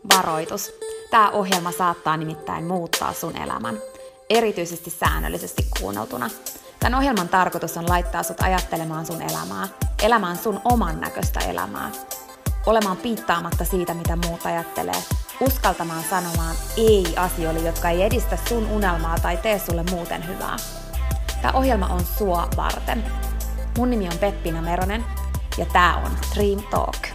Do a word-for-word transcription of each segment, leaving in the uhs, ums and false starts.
Varoitus. Tämä ohjelma saattaa nimittäin muuttaa sun elämän, erityisesti säännöllisesti kuunneltuna. Tämän ohjelman tarkoitus on laittaa sut ajattelemaan sun elämää, elämään sun oman näköistä elämää, olemaan piittaamatta siitä, mitä muut ajattelee, uskaltamaan sanomaan ei asioille, jotka ei edistä sun unelmaa tai tee sulle muuten hyvää. Tämä ohjelma on sua varten. Mun nimi on Peppina Meronen ja tää on Dream Talk.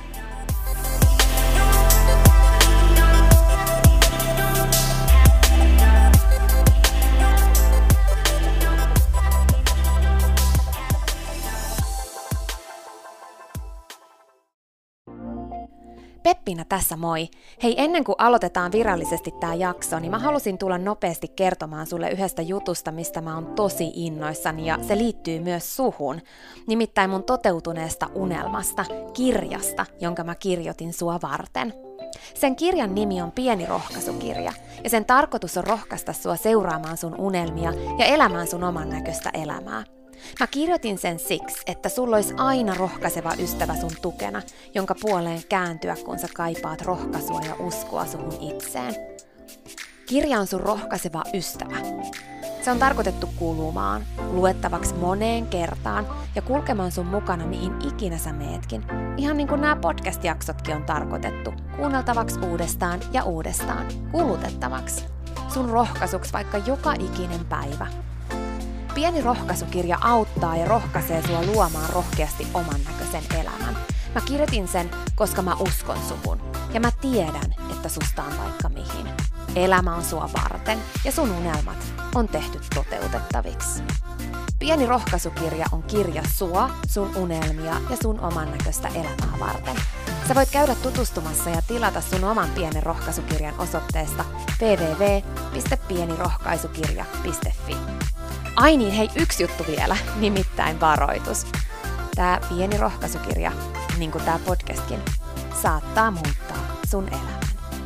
Peppina tässä moi! Hei, ennen kuin aloitetaan virallisesti tää jakso, niin mä halusin tulla nopeasti kertomaan sulle yhdestä jutusta, mistä mä oon tosi innoissani, ja se liittyy myös suhun. Nimittäin mun toteutuneesta unelmasta, kirjasta, jonka mä kirjoitin sua varten. Sen kirjan nimi on Pieni rohkaisukirja, ja sen tarkoitus on rohkaista sua seuraamaan sun unelmia ja elämään sun oman näköistä elämää. Mä kirjoitin sen siksi, että sulla olisi aina rohkaiseva ystävä sun tukena, jonka puoleen kääntyä, kun sä kaipaat rohkaisua ja uskoa suhun itseen. Kirja on sun rohkaiseva ystävä. Se on tarkoitettu kuulumaan, luettavaksi moneen kertaan ja kulkemaan sun mukana mihin ikinä sä meetkin. Ihan niin kuin nämä podcast-jaksotkin on tarkoitettu, kuunneltavaksi uudestaan ja uudestaan, kulutettavaksi. Sun rohkaisuksi vaikka joka ikinen päivä. Pieni rohkaisukirja auttaa ja rohkaisee sua luomaan rohkeasti oman näköisen elämän. Mä kirjoitin sen, koska mä uskon suhun. Ja mä tiedän, että susta on vaikka mihin. Elämä on sua varten ja sun unelmat on tehty toteutettaviksi. Pieni rohkaisukirja on kirja sua, sun unelmia ja sun oman näköistä elämää varten. Sä voit käydä tutustumassa ja tilata sun oman pienen rohkaisukirjan osoitteesta double-u double-u double-u piste pienirohkaisukirja piste fi. Ai niin, hei, yksi juttu vielä, nimittäin varoitus. Tää pieni rohkaisukirja, niin kuin tää podcastkin, saattaa muuttaa sun elämän.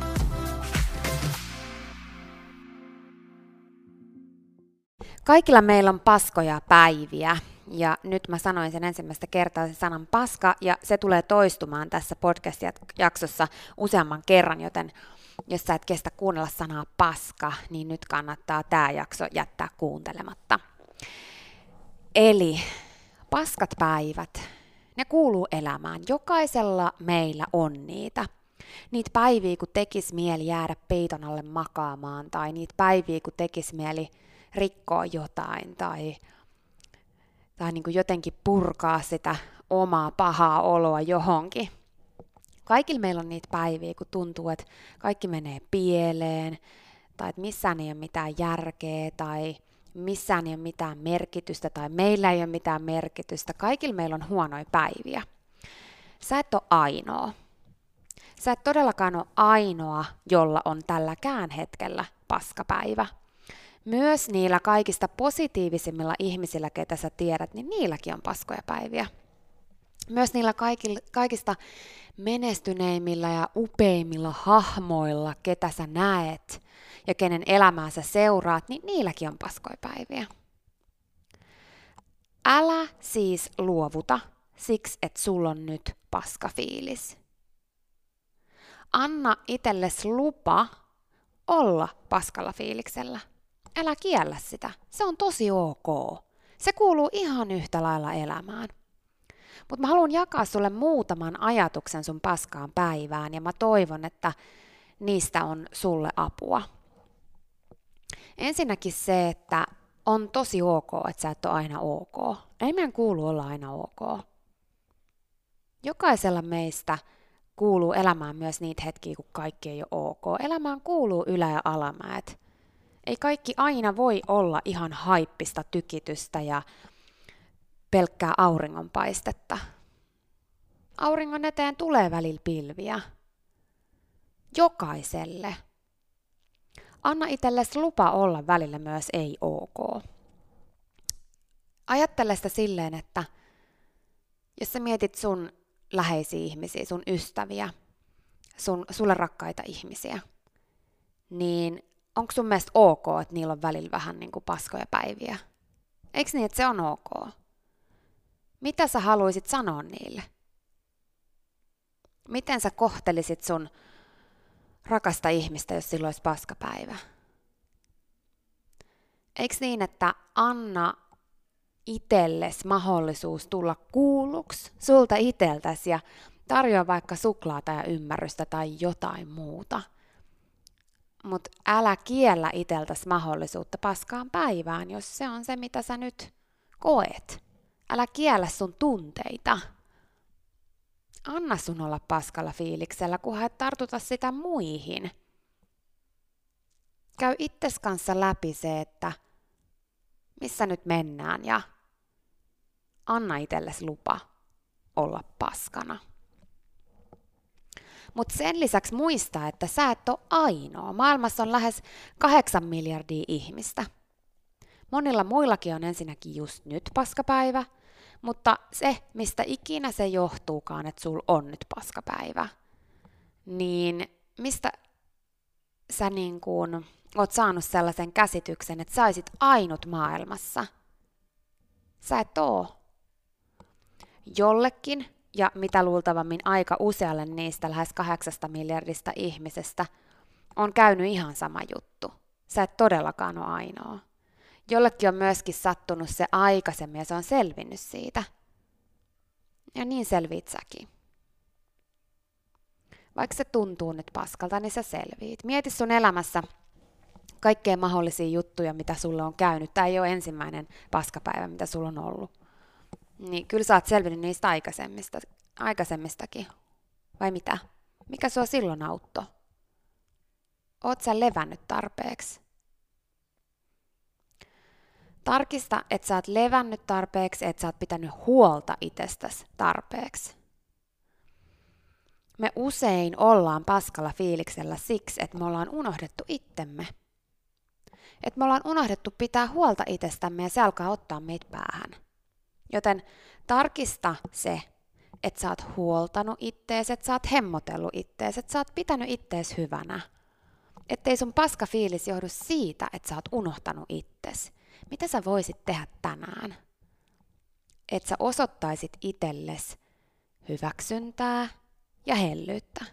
Kaikilla meillä on paskoja päiviä, ja nyt mä sanoin sen ensimmäistä kertaa sen sanan paska, ja se tulee toistumaan tässä podcast-jaksossa useamman kerran, joten jos sä et kestä kuunnella sanaa paska, niin nyt kannattaa tää jakso jättää kuuntelematta. Eli paskat päivät, ne kuuluu elämään. Jokaisella meillä on niitä. Niitä päiviä, kun tekis mieli jäädä peiton alle makaamaan, tai niitä päiviä, kun tekis mieli rikkoa jotain, tai, tai niin kuin jotenkin purkaa sitä omaa pahaa oloa johonkin. Kaikilla meillä on niitä päiviä, kun tuntuu, että kaikki menee pieleen, tai että missään ei ole mitään järkeä, tai missään ei ole mitään merkitystä, tai meillä ei ole mitään merkitystä. Kaikilla meillä on huonoja päiviä. Sä et ole ainoa. Sä et todellakaan ole ainoa, jolla on tälläkään hetkellä paskapäivä. Myös niillä kaikista positiivisimmilla ihmisillä, ketä sä tiedät, niin niilläkin on paskoja päiviä. Myös niillä kaikista menestyneimmillä ja upeimmilla hahmoilla, ketä sä näet ja kenen elämää sä seuraat, niin niilläkin on paskoja päiviä. Älä siis luovuta siksi, että sulla on nyt paskafiilis. Anna itsellesi lupa olla paskalla fiiliksellä. Älä kiellä sitä. Se on tosi ok. Se kuuluu ihan yhtä lailla elämään. Mutta mä haluan jakaa sulle muutaman ajatuksen sun paskaan päivään, ja mä toivon, että niistä on sulle apua. Ensinnäkin se, että on tosi ok, että sä et ole aina ok. Ei meidän kuulu olla aina ok. Jokaisella meistä kuuluu elämään myös niitä hetkiä, kun kaikki ei ole ok. Elämään kuuluu ylä- ja alamäet. Ei kaikki aina voi olla ihan haippista tykitystä ja pelkkää auringonpaistetta. Auringon eteen tulee välillä pilviä. Jokaiselle. Anna itsellesi lupa olla välillä myös ei ok. Ajattele sitä silleen, että jos sä mietit sun läheisiä ihmisiä, sun ystäviä, sun, sulle rakkaita ihmisiä, niin onko sun mielestä ok, että niillä on välillä vähän niin kuin paskoja päiviä? Eikö niin, että se on ok? Mitä sä haluaisit sanoa niille? Miten sä kohtelisit sun rakasta ihmistä, jos silloin olisi paskapäivä. Eiks niin, että anna itelles mahdollisuus tulla kuulluksi sulta iteltäsi ja tarjoa vaikka suklaata ja ymmärrystä tai jotain muuta. Mut älä kiellä iteltäsi mahdollisuutta paskaan päivään, jos se on se, mitä sä nyt koet. Älä kiellä sun tunteita. Anna sun olla paskalla fiiliksellä, kunhan et tartuta sitä muihin. Käy itses kanssa läpi se, että missä nyt mennään ja anna itsellesi lupa olla paskana. Mutta sen lisäksi muista, että sä et ole ainoa. Maailmassa on lähes kahdeksan miljardia ihmistä. Monilla muillakin on ensinnäkin just nyt paskapäivä, mutta se, mistä ikinä se johtuukaan, että sul on nyt paskapäivä, niin mistä sä niin kuin oot saanut sellaisen käsityksen, että sä olisit ainut maailmassa? Sä et oo. Jollekin, ja mitä luultavammin aika usealle niistä lähes kahdeksasta miljardista ihmisestä, on käynyt ihan sama juttu. Sä et todellakaan ole ainoa. Jollekin on myöskin sattunut se aikaisemmin ja se on selvinnyt siitä. Ja niin selviit säkin. Vaikka se tuntuu nyt paskalta, niin sä selviit. Mieti sun elämässä kaikkea mahdollisia juttuja, mitä sulle on käynyt. Tämä ei ole ensimmäinen paskapäivä, mitä sulla on ollut. Niin kyllä sä oot selvinnyt niistä aikaisemmista, aikaisemmistakin. Vai mitä? Mikä sua silloin auttoi? Oot sä levännyt tarpeeksi? Tarkista, että sä oot levännyt tarpeeksi, että sä oot pitänyt huolta itsestäsi tarpeeksi. Me usein ollaan paskalla fiiliksellä siksi, että me ollaan unohdettu itsemme. Että me ollaan unohdettu pitää huolta itsestämme ja se alkaa ottaa meitä päähän. Joten tarkista se, että sä oot huoltanut ittees, että sä oot hemmotellut ittees, että sä oot pitänyt ittees hyvänä. Ettei sun paska fiilis johdu siitä, että sä oot unohtanut itses. Mitä sä voisit tehdä tänään? Että sä osoittaisit itsellesi hyväksyntää ja hellyyttä.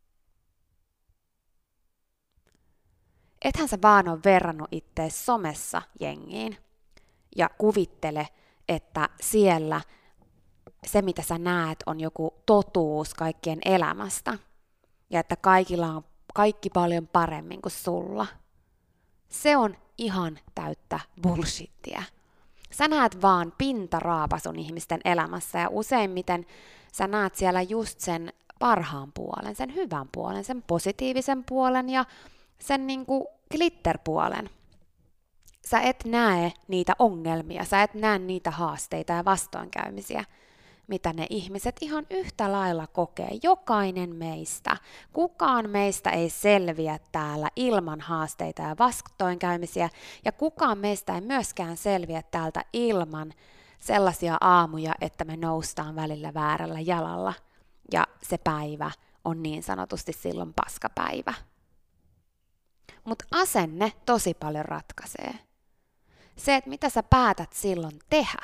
Ethän sä vaan ole verrannut ittees somessa jengiin ja kuvittele, että siellä se, mitä sä näet, on joku totuus kaikkien elämästä ja että kaikilla on kaikki paljon paremmin kuin sulla. Se on ihan täyttä bullshittiä. Sä näet vaan pintaraapasun ihmisten elämässä ja useimmiten sä näet siellä just sen parhaan puolen, sen hyvän puolen, sen positiivisen puolen ja sen niinku glitterpuolen. Sä et näe niitä ongelmia, sä et näe niitä haasteita ja vastoinkäymisiä, mitä ne ihmiset ihan yhtä lailla kokee. Jokainen meistä, kukaan meistä ei selviä täällä ilman haasteita ja vastoinkäymisiä, ja kukaan meistä ei myöskään selviä täältä ilman sellaisia aamuja, että me noustaan välillä väärällä jalalla, ja se päivä on niin sanotusti silloin paskapäivä. Mutta asenne tosi paljon ratkaisee. Se, että mitä sä päätät silloin tehdä.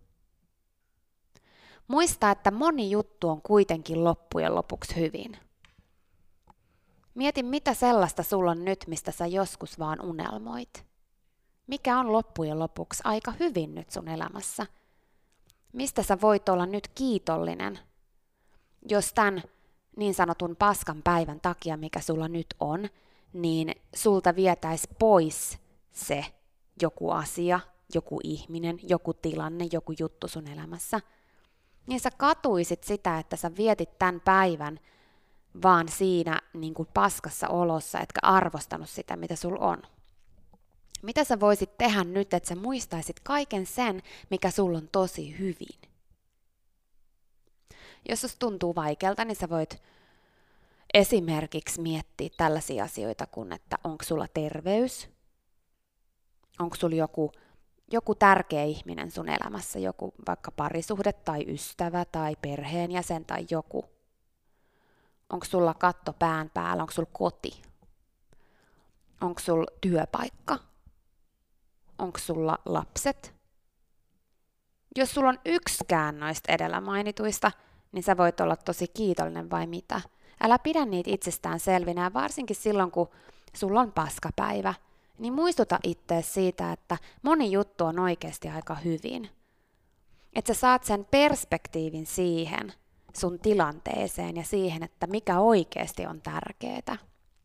Muista, että moni juttu on kuitenkin loppujen lopuksi hyvin. Mieti, mitä sellaista sulla on nyt, mistä sä joskus vaan unelmoit. Mikä on loppujen lopuksi aika hyvin nyt sun elämässä? Mistä sä voit olla nyt kiitollinen, jos tämän niin sanotun paskan päivän takia, mikä sulla nyt on, niin sulta vietäisi pois se joku asia, joku ihminen, joku tilanne, joku juttu sun elämässä. Niin sä katuisit sitä, että sä vietit tämän päivän vaan siinä niin kuin paskassa olossa, etkä arvostanut sitä, mitä sul on. Mitä sä voisit tehdä nyt, että sä muistaisit kaiken sen, mikä sulla on tosi hyvin? Jos susta tuntuu vaikealta, niin sä voit esimerkiksi miettiä tällaisia asioita kuin, että onko sulla terveys, onko sulla joku, joku tärkeä ihminen sun elämässä, joku vaikka parisuhde tai ystävä tai perheenjäsen tai joku. Onko sulla katto pään päällä, onko sulla koti, onko sulla työpaikka, onko sulla lapset. Jos sulla on yksikään noista edellä mainituista, niin sä voit olla tosi kiitollinen vai mitä? Älä pidä niitä itsestään selvinä, varsinkin silloin, kun sulla on paskapäivä. Niin muistuta itseäsi siitä, että moni juttu on oikeasti aika hyvin. Että sä saat sen perspektiivin siihen sun tilanteeseen ja siihen, että mikä oikeasti on tärkeää.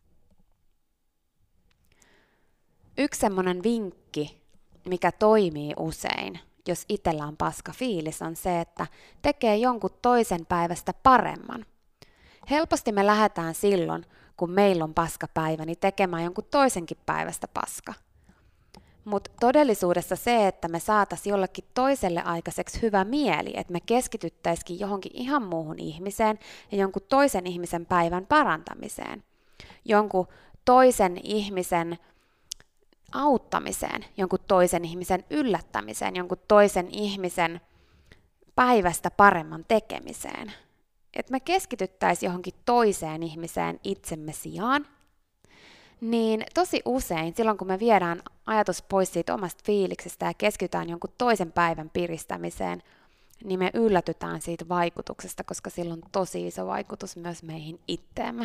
Yksi semmoinen vinkki, mikä toimii usein, jos itsellä on paska fiilis, on se, että tekee jonkun toisen päivästä paremman. Helposti me lähdetään silloin, kun meillä on paskapäivä, niin tekemään jonkun toisenkin päivästä paska. Mutta todellisuudessa se, että me saataisiin jollekin toiselle aikaiseksi hyvä mieli, että me keskityttäisikin johonkin ihan muuhun ihmiseen ja jonkun toisen ihmisen päivän parantamiseen, jonkun toisen ihmisen auttamiseen, jonkun toisen ihmisen yllättämiseen, jonkun toisen ihmisen päivästä paremman tekemiseen. Että me keskityttäisiin johonkin toiseen ihmiseen itsemme sijaan, niin tosi usein silloin kun me viedään ajatus pois siitä omasta fiiliksestä ja keskitytään jonkun toisen päivän piristämiseen, niin me yllätytään siitä vaikutuksesta, koska sillä on tosi iso vaikutus myös meihin itteemme.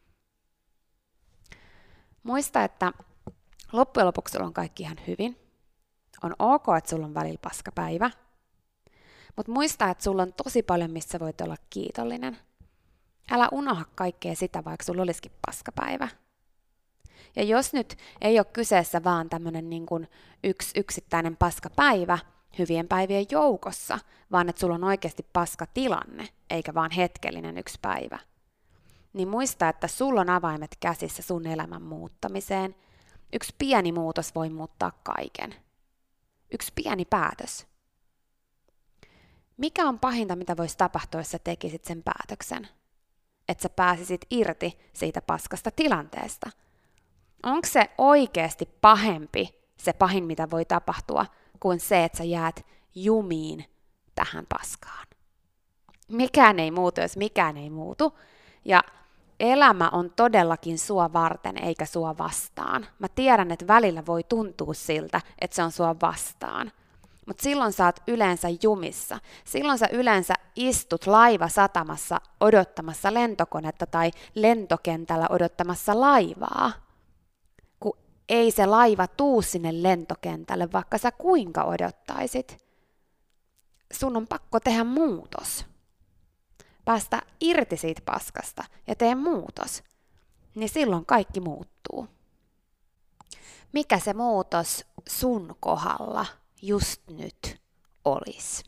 Muista, että loppujen lopuksi sulla on kaikki ihan hyvin. On ok, että sulla on välillä paskapäivä. Mutta muista, että sulla on tosi paljon, missä voit olla kiitollinen. Älä unohda kaikkea sitä, vaikka sulla olisikin paskapäivä. Ja jos nyt ei ole kyseessä vaan tämmöinen niin kuin yksi yksittäinen paskapäivä hyvien päivien joukossa, vaan että sulla on oikeasti paskatilanne, eikä vaan hetkellinen yksi päivä, niin muista, että sulla on avaimet käsissä sun elämän muuttamiseen. Yksi pieni muutos voi muuttaa kaiken. Yksi pieni päätös. Mikä on pahinta, mitä voisi tapahtua, jos sä tekisit sen päätöksen? Että sä pääsisit irti siitä paskasta tilanteesta. Onko se oikeasti pahempi, se pahin, mitä voi tapahtua, kuin se, että sä jäät jumiin tähän paskaan? Mikään ei muutu, jos mikään ei muutu. Ja elämä on todellakin sua varten, eikä sua vastaan. Mä tiedän, että välillä voi tuntua siltä, että se on sua vastaan. Mutta silloin sä oot yleensä jumissa. Silloin sä yleensä istut laivasatamassa odottamassa lentokonetta tai lentokentällä odottamassa laivaa. Kun ei se laiva tuu sinne lentokentälle, vaikka sä kuinka odottaisit. Sun on pakko tehdä muutos. Päästä irti siitä paskasta ja tee muutos. Niin silloin kaikki muuttuu. Mikä se muutos sun kohdalla just nyt olisi?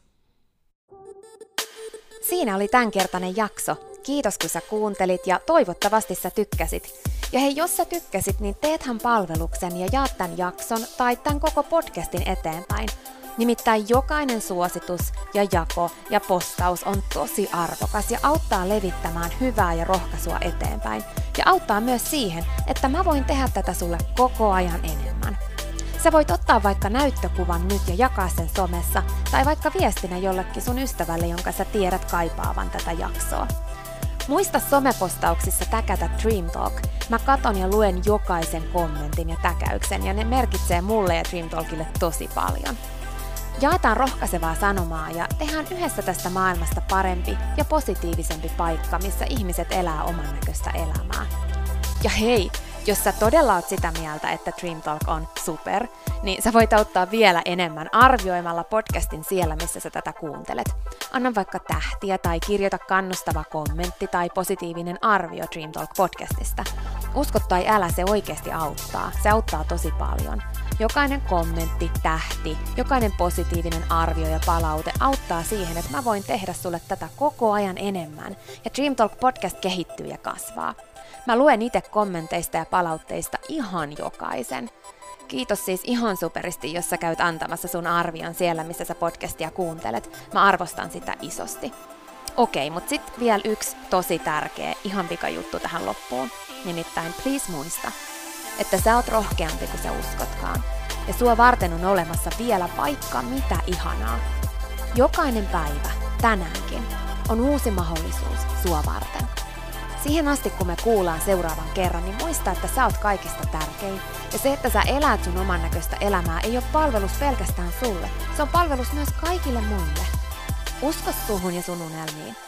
Siinä oli tämänkertainen jakso. Kiitos kun sä kuuntelit ja toivottavasti sä tykkäsit. Ja hei, jos sä tykkäsit, niin teethän palveluksen ja jaat tämän jakson tai tämän koko podcastin eteenpäin. Nimittäin jokainen suositus ja jako ja postaus on tosi arvokas ja auttaa levittämään hyvää ja rohkaisua eteenpäin. Ja auttaa myös siihen, että mä voin tehdä tätä sulle koko ajan enemmän. Sä voit ottaa vaikka näyttökuvan nyt ja jakaa sen somessa, tai vaikka viestinä jollekin sun ystävälle, jonka sä tiedät kaipaavan tätä jaksoa. Muista somepostauksissa täkätä Dream Talk. Mä katon ja luen jokaisen kommentin ja täkäyksen, ja ne merkitsee mulle ja Dream Talkille tosi paljon. Jaetaan rohkaisevaa sanomaa ja tehdään yhdessä tästä maailmasta parempi ja positiivisempi paikka, missä ihmiset elää oman näköistä elämää. Ja hei, jos sä todella oot sitä mieltä, että Dream Talk on super, niin sä voit auttaa vielä enemmän arvioimalla podcastin siellä, missä sä tätä kuuntelet. Anna vaikka tähtiä tai kirjoita kannustava kommentti tai positiivinen arvio Dream Talk podcastista. Usko tai älä, se oikeasti auttaa. Se auttaa tosi paljon. Jokainen kommentti, tähti, jokainen positiivinen arvio ja palaute auttaa siihen, että mä voin tehdä sulle tätä koko ajan enemmän. Ja Dream Talk podcast kehittyy ja kasvaa. Mä luen itse kommenteista ja palautteista ihan jokaisen. Kiitos siis ihan superisti, jos sä käyt antamassa sun arvion siellä, missä sä podcastia kuuntelet. Mä arvostan sitä isosti. Okei, mut sit vielä yksi tosi tärkeä, ihan pikajuttu tähän loppuun. Nimittäin please muista, että sä oot rohkeampi kuin sä uskotkaan. Ja sua varten on olemassa vielä vaikka mitä ihanaa. Jokainen päivä, tänäänkin, on uusi mahdollisuus sua varten. Siihen asti, kun me kuullaan seuraavan kerran, niin muista, että sä oot kaikista tärkein. Ja se, että sä elät sun oman näköistä elämää, ei ole palvelus pelkästään sulle. Se on palvelus myös kaikille muille. Usko suhun ja sun unelmiin.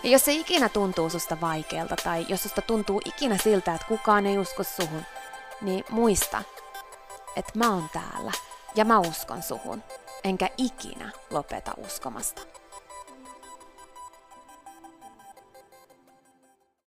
Ja jos se ikinä tuntuu susta vaikealta tai jos susta tuntuu ikinä siltä, että kukaan ei usko suhun, niin muista, että mä oon täällä ja mä uskon suhun, enkä ikinä lopeta uskomasta.